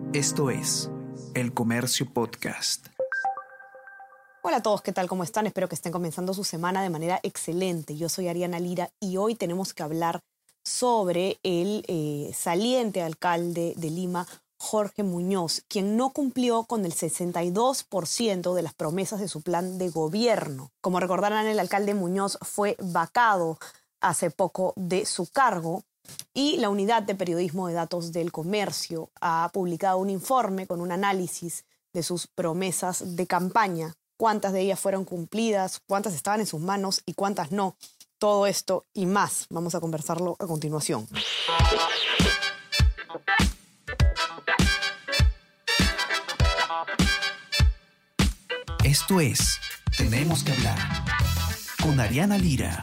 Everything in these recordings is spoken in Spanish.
Esto es El Comercio Podcast. Hola a todos, ¿qué tal? ¿Cómo están? Espero que estén comenzando su semana de manera excelente. Yo soy Ariana Lira y hoy tenemos que hablar sobre el saliente alcalde de Lima, Jorge Muñoz, quien no cumplió con el 62% de las promesas de su plan de gobierno. Como recordarán, el alcalde Muñoz fue vacado hace poco de su cargo y la Unidad de Periodismo de Datos del Comercio ha publicado un informe con un análisis de sus promesas de campaña. Cuántas de ellas fueron cumplidas, cuántas estaban en sus manos y cuántas no. Todo esto y más vamos a conversarlo a continuación. Esto es Tenemos que hablar con Ariana Lira.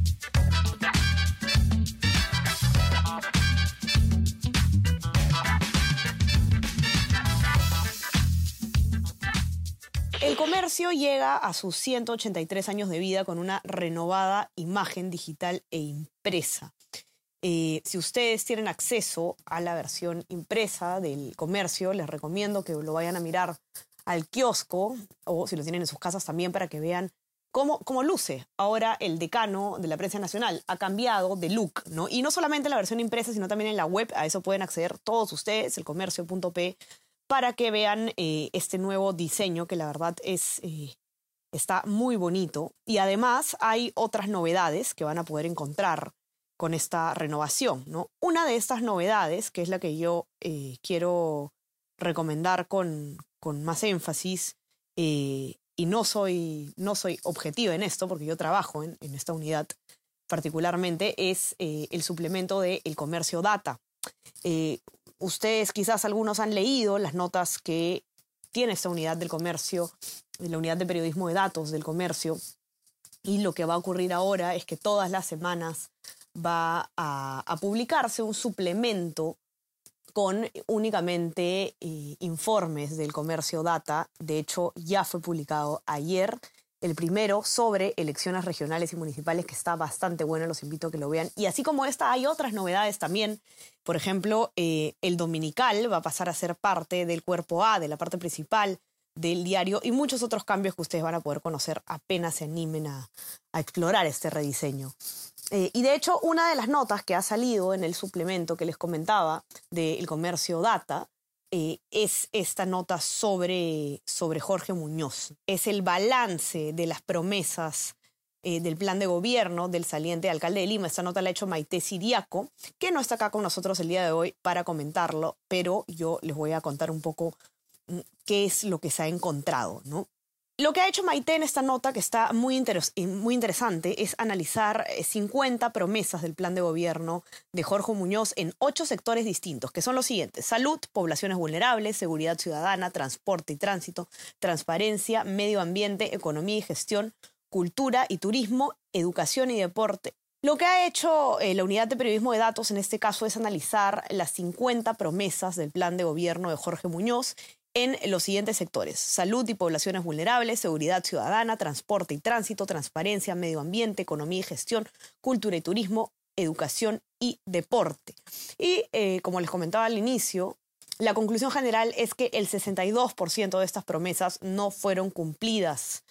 El comercio llega a sus 183 años de vida con una renovada imagen digital e impresa. Si ustedes tienen acceso a la versión impresa del comercio, les recomiendo que lo vayan a mirar al kiosco o si lo tienen en sus casas también para que vean cómo luce. Ahora el decano de la prensa nacional ha cambiado de look, ¿no? Y no solamente en la versión impresa, sino también en la web. A eso pueden acceder todos ustedes, elcomercio.p, para que vean este nuevo diseño que la verdad está muy bonito. Y además hay otras novedades que van a poder encontrar con esta renovación, ¿no? Una de estas novedades, que es la que yo quiero recomendar con más énfasis, y no soy objetiva en esto porque yo trabajo en esta unidad particularmente, es el suplemento de El Comercio Data. Ustedes quizás algunos han leído las notas que tiene esta unidad del comercio, la unidad de periodismo de datos del comercio, y lo que va a ocurrir ahora es que todas las semanas va a publicarse un suplemento con únicamente informes del Comercio Data. De hecho, ya fue publicado ayer el primero sobre elecciones regionales y municipales, que está bastante bueno, los invito a que lo vean. Y así como esta, hay otras novedades también. Por ejemplo, el dominical va a pasar a ser parte del cuerpo A, de la parte principal del diario, y muchos otros cambios que ustedes van a poder conocer apenas se animen a explorar este rediseño. Y de hecho, una de las notas que ha salido en el suplemento que les comentaba del Comercio Data es esta nota sobre Jorge Muñoz. Es el balance de las promesas del plan de gobierno del saliente alcalde de Lima. Esta nota la ha hecho Maite Siriaco, que no está acá con nosotros el día de hoy para comentarlo, pero yo les voy a contar un poco qué es lo que se ha encontrado, ¿no? Lo que ha hecho Maite en esta nota, que está muy interesante, es analizar 50 promesas del plan de gobierno de Jorge Muñoz en 8 sectores distintos, que son los siguientes: salud, poblaciones vulnerables, seguridad ciudadana, transporte y tránsito, transparencia, medio ambiente, economía y gestión, cultura y turismo, educación y deporte. Lo que ha hecho la unidad de periodismo de datos en este caso es analizar las 50 promesas del plan de gobierno de Jorge Muñoz en los siguientes sectores: salud y poblaciones vulnerables, seguridad ciudadana, transporte y tránsito, transparencia, medio ambiente, economía y gestión, cultura y turismo, educación y deporte. Y como les comentaba al inicio, la conclusión general es que el 62% de estas promesas no fueron cumplidas.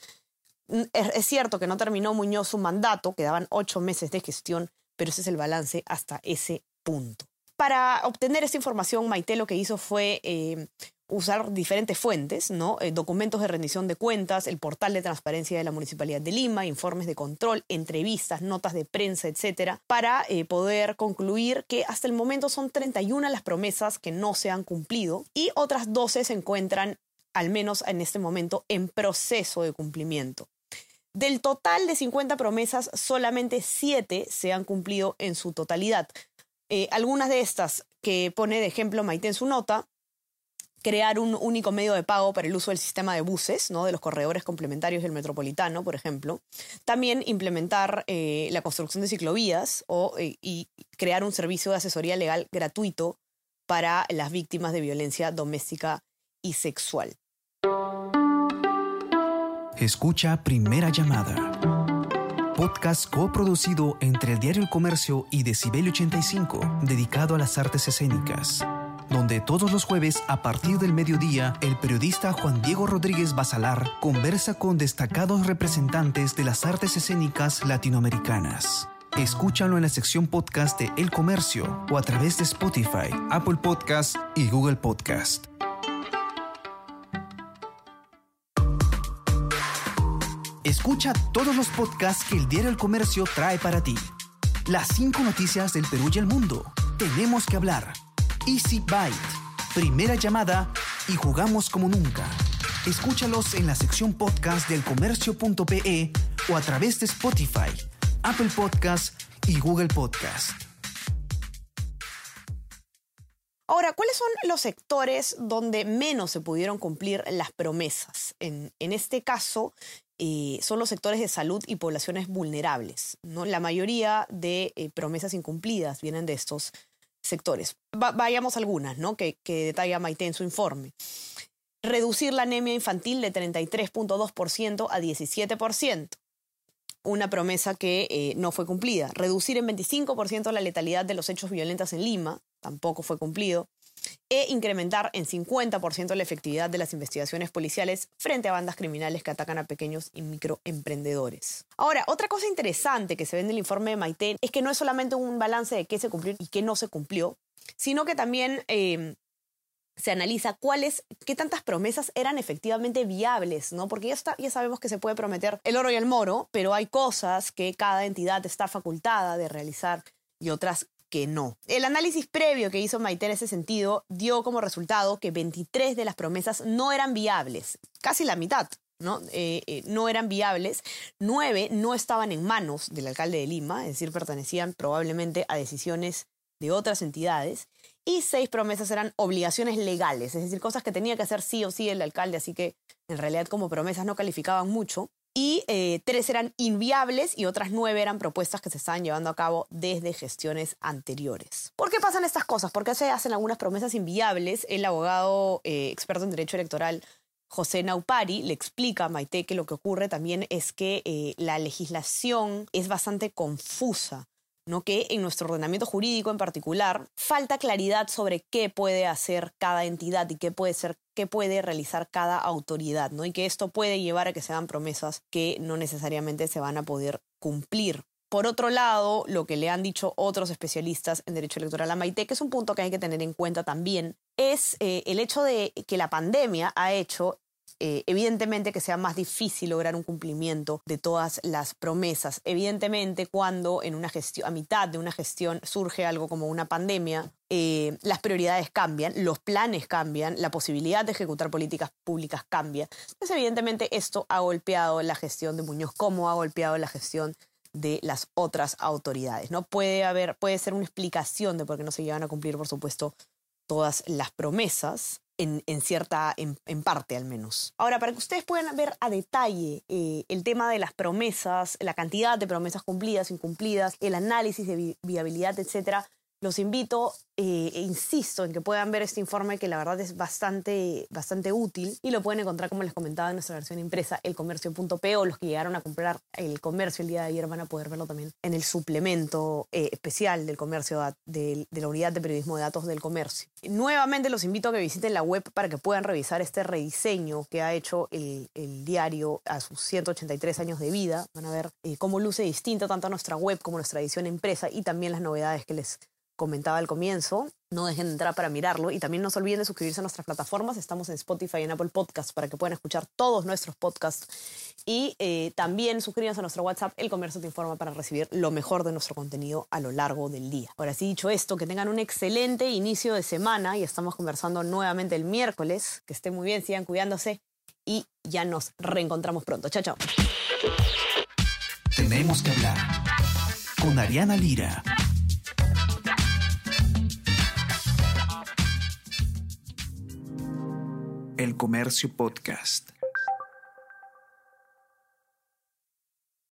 Es cierto que no terminó Muñoz su mandato, quedaban 8 meses de gestión, pero ese es el balance hasta ese punto. Para obtener esta información, Maite lo que hizo fue usar diferentes fuentes, ¿no? Documentos de rendición de cuentas, el portal de transparencia de la Municipalidad de Lima, informes de control, entrevistas, notas de prensa, etcétera, para poder concluir que hasta el momento son 31 las promesas que no se han cumplido y otras 12 se encuentran, al menos en este momento, en proceso de cumplimiento. Del total de 50 promesas, solamente 7 se han cumplido en su totalidad. Algunas de estas que pone de ejemplo Maite en su nota: crear un único medio de pago para el uso del sistema de buses, ¿no? De los corredores complementarios del Metropolitano, por ejemplo. También implementar la construcción de ciclovías y crear un servicio de asesoría legal gratuito para las víctimas de violencia doméstica y sexual. Escucha Primera Llamada, podcast coproducido entre el diario El Comercio y Decibelio 85, dedicado a las artes escénicas. donde todos los jueves a partir del mediodía, el periodista Juan Diego Rodríguez Basalar conversa con destacados representantes de las artes escénicas latinoamericanas. Escúchalo en la sección podcast de El Comercio o a través de Spotify, Apple Podcast y Google Podcast. Escucha todos los podcasts que el diario El Comercio trae para ti. Las 5 noticias del Perú y el mundo. Tenemos que hablar. Easy Byte, Primera Llamada y Jugamos como nunca. Escúchalos en la sección podcast del Comercio.pe o a través de Spotify, Apple Podcast y Google Podcast. Ahora, ¿cuáles son los sectores donde menos se pudieron cumplir las promesas? En este caso, son los sectores de salud y poblaciones vulnerables, ¿no? La mayoría de promesas incumplidas vienen de estos sectores. Vayamos a algunas, ¿no? que detalla Maite en su informe. Reducir la anemia infantil de 33.2% a 17%. Una promesa que no fue cumplida. Reducir en 25% la letalidad de los hechos violentos en Lima, tampoco fue cumplido. E incrementar en 50% la efectividad de las investigaciones policiales frente a bandas criminales que atacan a pequeños y microemprendedores. Ahora, otra cosa interesante que se ve en el informe de Maite es que no es solamente un balance de qué se cumplió y qué no se cumplió, sino que también se analiza qué tantas promesas eran efectivamente viables, ¿no? Porque ya sabemos que se puede prometer el oro y el moro, pero hay cosas que cada entidad está facultada de realizar y otras que no. El análisis previo que hizo Maite en ese sentido dio como resultado que 23 de las promesas no eran viables, casi la mitad, ¿no? No eran viables, 9 no estaban en manos del alcalde de Lima, es decir, pertenecían probablemente a decisiones de otras entidades, y 6 promesas eran obligaciones legales, es decir, cosas que tenía que hacer sí o sí el alcalde, así que en realidad como promesas no calificaban mucho, y 3 eran inviables y otras 9 eran propuestas que se estaban llevando a cabo desde gestiones anteriores. ¿Por qué pasan estas cosas? ¿Por qué se hacen algunas promesas inviables? El abogado experto en derecho electoral José Naupari le explica a Maite que lo que ocurre también es que la legislación es bastante confusa, ¿no? Que en nuestro ordenamiento jurídico en particular falta claridad sobre qué puede hacer cada entidad y qué puede realizar cada autoridad, ¿no? Y que esto puede llevar a que se hagan promesas que no necesariamente se van a poder cumplir. Por otro lado, lo que le han dicho otros especialistas en derecho electoral a Maite, que es un punto que hay que tener en cuenta también, es el hecho de que la pandemia ha hecho evidentemente que sea más difícil lograr un cumplimiento de todas las promesas. Evidentemente, cuando a mitad de una gestión surge algo como una pandemia, las prioridades cambian, los planes cambian, la posibilidad de ejecutar políticas públicas cambia. Entonces, evidentemente, esto ha golpeado la gestión de Muñoz, como ha golpeado la gestión de las otras autoridades, ¿no? Puede ser una explicación de por qué no se llevan a cumplir, por supuesto, todas las promesas, en parte al menos. Ahora, para que ustedes puedan ver a detalle el tema de las promesas, la cantidad de promesas cumplidas, incumplidas, el análisis de viabilidad, etcétera, los invito e insisto en que puedan ver este informe, que la verdad es bastante útil, y lo pueden encontrar, como les comentaba, en nuestra versión impresa, elcomercio.pe, o los que llegaron a comprar El Comercio el día de ayer van a poder verlo también en el suplemento especial del Comercio de la Unidad de Periodismo de Datos del Comercio. Nuevamente los invito a que visiten la web para que puedan revisar este rediseño que ha hecho el diario a sus 183 años de vida. Van a ver cómo luce distinto tanto nuestra web como nuestra edición impresa, y también las novedades que les comentaba al comienzo. No dejen de entrar para mirarlo, y también no se olviden de suscribirse a nuestras plataformas. Estamos en Spotify y en Apple Podcasts para que puedan escuchar todos nuestros podcasts, y también suscríbanse a nuestro WhatsApp El Comercio Te Informa para recibir lo mejor de nuestro contenido a lo largo del día. Ahora sí, dicho esto, que tengan un excelente inicio de semana, y estamos conversando nuevamente el miércoles. Que estén muy bien, sigan cuidándose y ya nos reencontramos pronto. Chao, chao. Tenemos que hablar con Ariana Lira. El Comercio Podcast.